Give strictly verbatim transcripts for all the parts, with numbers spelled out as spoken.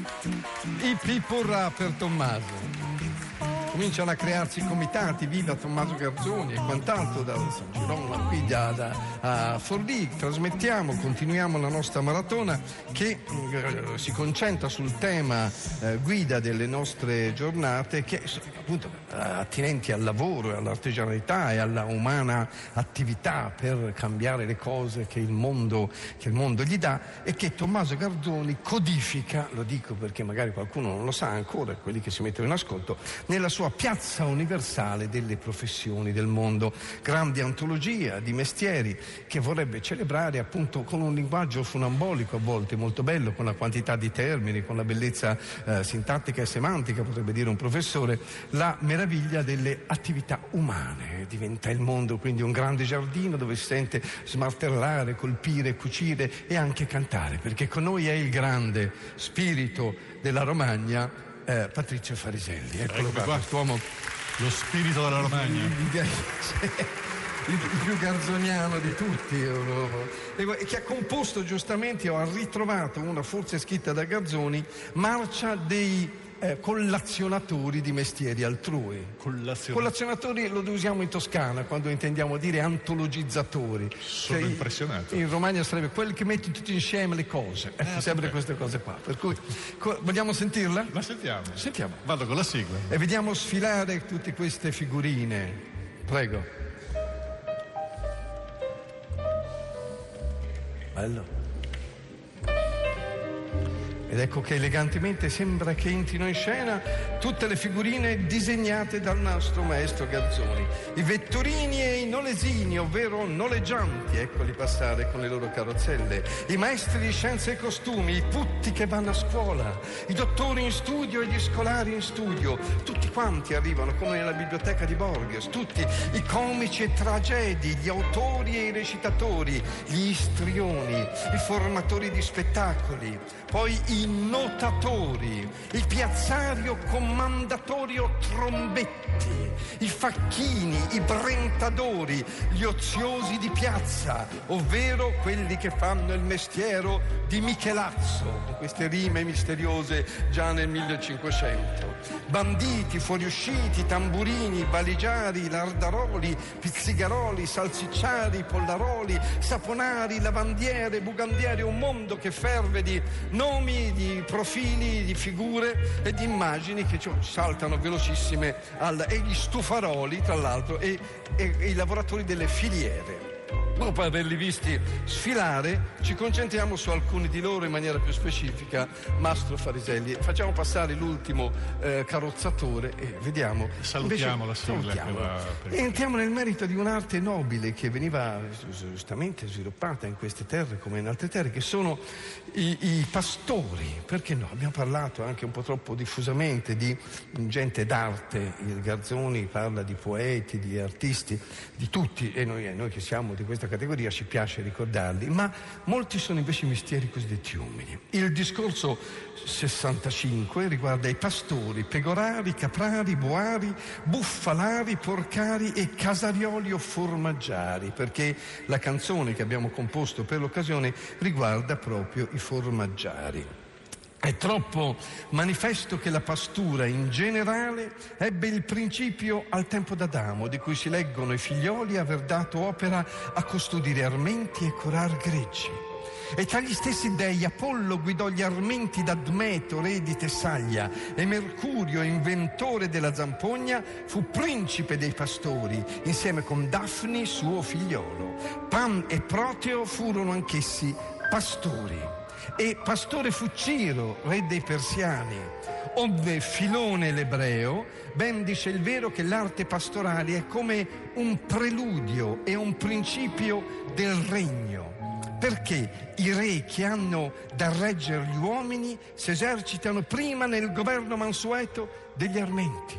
I pipurra per Tommaso. Cominciano a crearsi comitati, viva Tommaso Garzoni e quant'altro da San Girolamo qui da, da a Forlì. Trasmettiamo, continuiamo la nostra maratona che eh, si concentra sul tema eh, guida delle nostre giornate, che sono appunto eh, attinenti al lavoro e all'artigianalità e alla umana attività per cambiare le cose che il mondo, che il mondo gli dà, e che Tommaso Garzoni codifica, lo dico perché magari qualcuno non lo sa ancora, quelli che si mettono in ascolto, nella sua piazza universale delle professioni del mondo, grande antologia di mestieri che vorrebbe celebrare appunto con un linguaggio funambolico a volte molto bello, con la quantità di termini, con la bellezza eh, sintattica e semantica, potrebbe dire un professore, la meraviglia delle attività umane. Diventa il mondo quindi un grande giardino dove si sente smartellare, colpire, cucire e anche cantare, perché con noi è il grande spirito della Romagna, Eh, Patrizio Fariselli. Eccolo qua, qua, quest'uomo, lo spirito della Romagna, il, il, il, il più garzoniano di tutti, e che ha composto giustamente, o ha ritrovato una forse scritta da Garzoni, Marcia dei Eh, collazionatori di mestieri altrui. Collazionatori. Collazionatori lo usiamo in Toscana quando intendiamo dire antologizzatori. Sono cioè, impressionato. In Romagna sarebbe quelli che mettono tutti insieme le cose, eh, sempre queste cose qua. Per cui co- vogliamo sentirla? La sentiamo. Sentiamo. Vado con la sigla. E vediamo sfilare tutte queste figurine. Prego. Bello. Ed ecco che elegantemente sembra che entrino in scena tutte le figurine disegnate dal nostro maestro Garzoni. I vetturini e i nolesini, ovvero noleggianti, eccoli passare con le loro carrozzelle. I maestri di scienze e costumi, i putti che vanno a scuola, i dottori in studio e gli scolari in studio. Tutti quanti arrivano come nella biblioteca di Borges, tutti i comici e tragedi, gli autori e i recitatori, gli istrioni, i formatori di spettacoli, poi i notatori, il piazzario comandatorio trombetti, i facchini, i brentadori, gli oziosi di piazza, ovvero quelli che fanno il mestiero di Michelazzo, con queste rime misteriose già nel millecinquecento. Banditi, fuoriusciti, tamburini, valigiari, lardaroli, pizzigaroli, salsicciari, pollaroli, saponari, lavandiere, bugandiere, un mondo che ferve di nomi, di profili, di figure e di immagini che saltano velocissime al, e gli stufaroli, tra l'altro, e, e, e i lavoratori delle filiere. Dopo averli visti sfilare, ci concentriamo su alcuni di loro in maniera più specifica. Mastro Fariselli, facciamo passare l'ultimo eh, carrozzatore e vediamo. Salutiamo la sigla. E entriamo nel merito di un'arte nobile che veniva giustamente sviluppata in queste terre come in altre terre, che sono i, i pastori. Perché no? Abbiamo parlato anche un po' troppo diffusamente di gente d'arte. Il Garzoni parla di poeti, di artisti, di tutti, e noi, noi che siamo di questa categoria ci piace ricordarli, ma molti sono invece mestieri cosiddetti umili. Il discorso sessantacinque riguarda i pastori, pecorari, caprari, boari, buffalari, porcari e casarioli o formaggiari, perché la canzone che abbiamo composto per l'occasione riguarda proprio i formaggiari. È troppo manifesto che la pastura in generale ebbe il principio al tempo d'Adamo, di cui si leggono i figlioli aver dato opera a custodire armenti e curar greggi. E tra gli stessi dei Apollo guidò gli armenti d'Admeto, re di Tessaglia, e Mercurio, inventore della zampogna, fu principe dei pastori, insieme con Dafni, suo figliolo. Pan e Proteo furono anch'essi pastori. E pastore fu Ciro, re dei Persiani. Onde Filone l'ebreo ben dice il vero che l'arte pastorale è come un preludio e un principio del regno, perché i re che hanno da reggere gli uomini si esercitano prima nel governo mansueto degli armenti.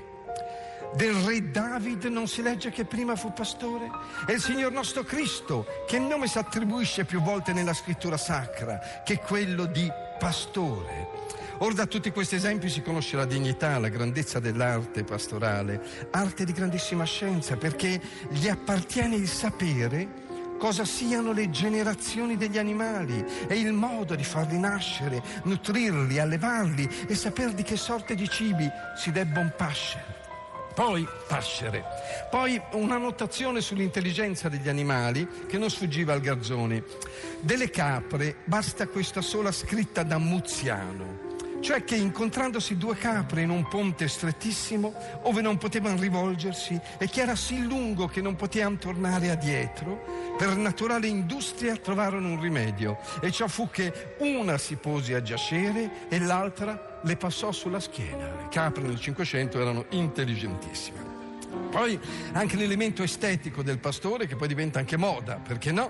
Del re David non si legge che prima fu pastore? È il Signor nostro Cristo che nome si attribuisce più volte nella scrittura sacra, che quello di pastore. Or da tutti questi esempi si conosce la dignità, la grandezza dell'arte pastorale, arte di grandissima scienza, perché gli appartiene il sapere cosa siano le generazioni degli animali e il modo di farli nascere, nutrirli, allevarli e saper di che sorte di cibi si debbon pascere. Poi pascere, poi una notazione sull'intelligenza degli animali che non sfuggiva al Garzoni. Delle capre basta questa sola scritta da Muziano, cioè che incontrandosi due capre in un ponte strettissimo, ove non potevano rivolgersi e che era sì lungo che non potevano tornare addietro, per naturale industria trovarono un rimedio, e ciò fu che una si pose a giacere e l'altra le passò sulla schiena. Le capre nel Cinquecento erano intelligentissime. Poi anche l'elemento estetico del pastore, che poi diventa anche moda, perché no?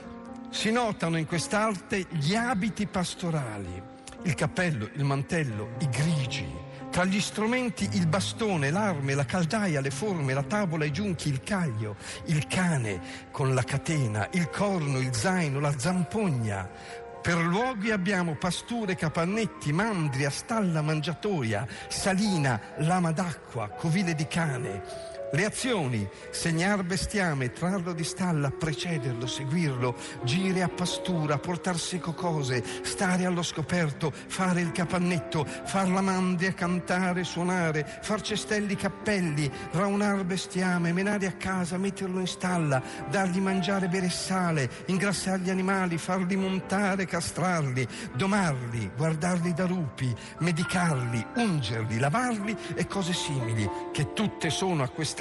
Si notano in quest'arte gli abiti pastorali, il cappello, il mantello, i grigi, tra gli strumenti il bastone, l'arme, la caldaia, le forme, la tavola, i giunchi, il caglio, il cane con la catena, il corno, il zaino, la zampogna. Per luoghi abbiamo pasture, capannetti, mandria, stalla, mangiatoia, salina, lama d'acqua, covile di cane. Le azioni: segnar bestiame, trarlo di stalla, precederlo, seguirlo, gire a pastura, portar seco cose, stare allo scoperto, fare il capannetto, far la mandria, cantare, suonare, far cestelli, cappelli, raunar bestiame, menare a casa, metterlo in stalla, dargli mangiare, bere sale, ingrassare gli animali, farli montare, castrarli, domarli, guardarli da rupi, medicarli, ungerli, lavarli e cose simili, che tutte sono a questa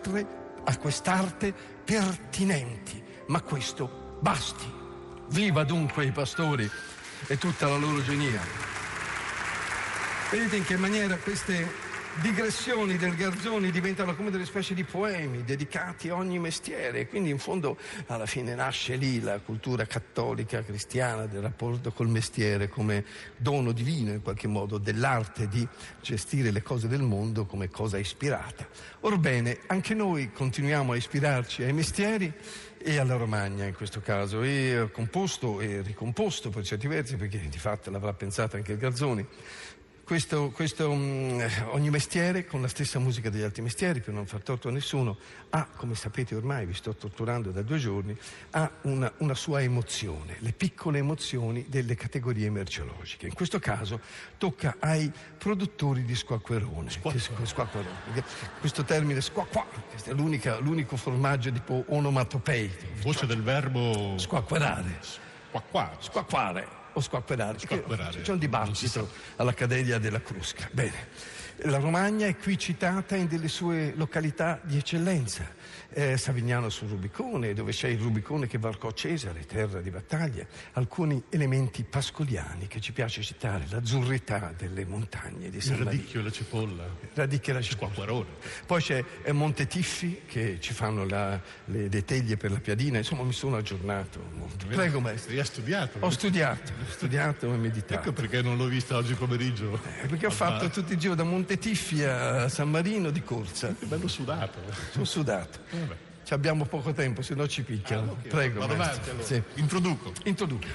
a quest'arte pertinenti, ma questo basti. Viva dunque i pastori e tutta la loro genia. Vedete in che maniera queste digressioni del Garzoni diventano come delle specie di poemi dedicati a ogni mestiere, quindi in fondo alla fine nasce lì la cultura cattolica cristiana del rapporto col mestiere come dono divino in qualche modo, dell'arte di gestire le cose del mondo come cosa ispirata. Orbene, anche noi continuiamo a ispirarci ai mestieri e alla Romagna in questo caso, e composto e ricomposto per certi versi, perché di fatto l'avrà pensata anche il Garzoni. Questo, questo um, ogni mestiere, con la stessa musica degli altri mestieri, per non far torto a nessuno, ha, come sapete ormai, vi sto torturando da due giorni, ha una, una sua emozione, le piccole emozioni delle categorie merceologiche. In questo caso tocca ai produttori di squacquerone. Che, squacquerone. Questo termine squacqua, questo è l'unica, l'unico formaggio tipo onomatopeico. Voce cioè, del verbo squacquerare. Squacquare. Squacquare. O squacquerare, squacquerare. C'è un dibattito all'Accademia della Crusca. Bene, la Romagna è qui citata in delle sue località di eccellenza. Eh, Savignano sul Rubicone, dove c'è il Rubicone che varcò Cesare, terra di battaglia. Alcuni elementi pascoliani che ci piace citare, l'azzurrità delle montagne di San Il Marino. radicchio e la cipolla. Radicchio e la cipolla. Squacquarone. Poi c'è eh, Monte Tiffi, che ci fanno la, le, le teglie per la piadina. Insomma, mi sono aggiornato molto. Prego, maestro. Hai studiato? Ho studiato, ho studiato e meditato. Ecco perché non l'ho vista oggi pomeriggio. Eh, perché ho fatto tutto il giro da Monte Tiffi a San Marino di corsa. Che bello sudato. Sono sudato. Eh Ci abbiamo poco tempo, se no ci picchiano. Ah, okay. Prego. Vado avanti allora. Sì. Introduco. Introduca.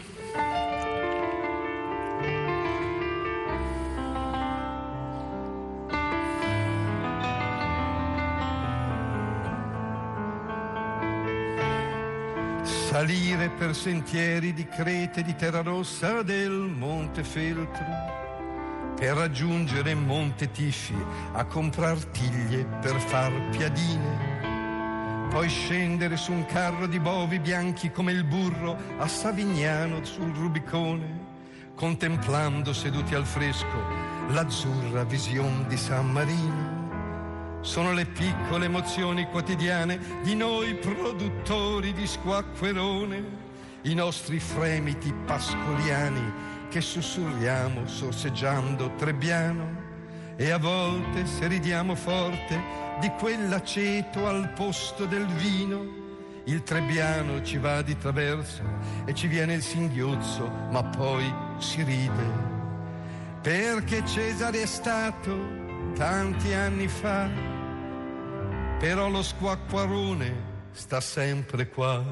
Salire per sentieri di crete di terra rossa del Monte Feltro, per raggiungere Monte Tiffi a comprar tiglie per far piadine, poi scendere su un carro di bovi bianchi come il burro a Savignano sul Rubicone, contemplando seduti al fresco l'azzurra vision di San Marino. Sono le piccole emozioni quotidiane di noi produttori di squacquerone, i nostri fremiti pascoliani che sussurriamo sorseggiando trebbiano, e a volte se ridiamo forte di quell'aceto al posto del vino, il trebbiano ci va di traverso e ci viene il singhiozzo, ma poi si ride, perché Cesare è stato tanti anni fa, però lo squacquarone sta sempre qua.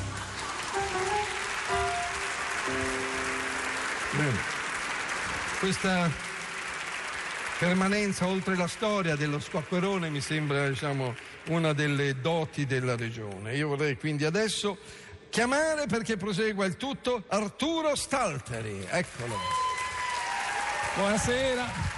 Bene. Questa permanenza oltre la storia dello squacquerone mi sembra, diciamo, una delle doti della regione. Io vorrei quindi adesso chiamare perché prosegua il tutto Arturo Stalteri. Eccolo. Buonasera.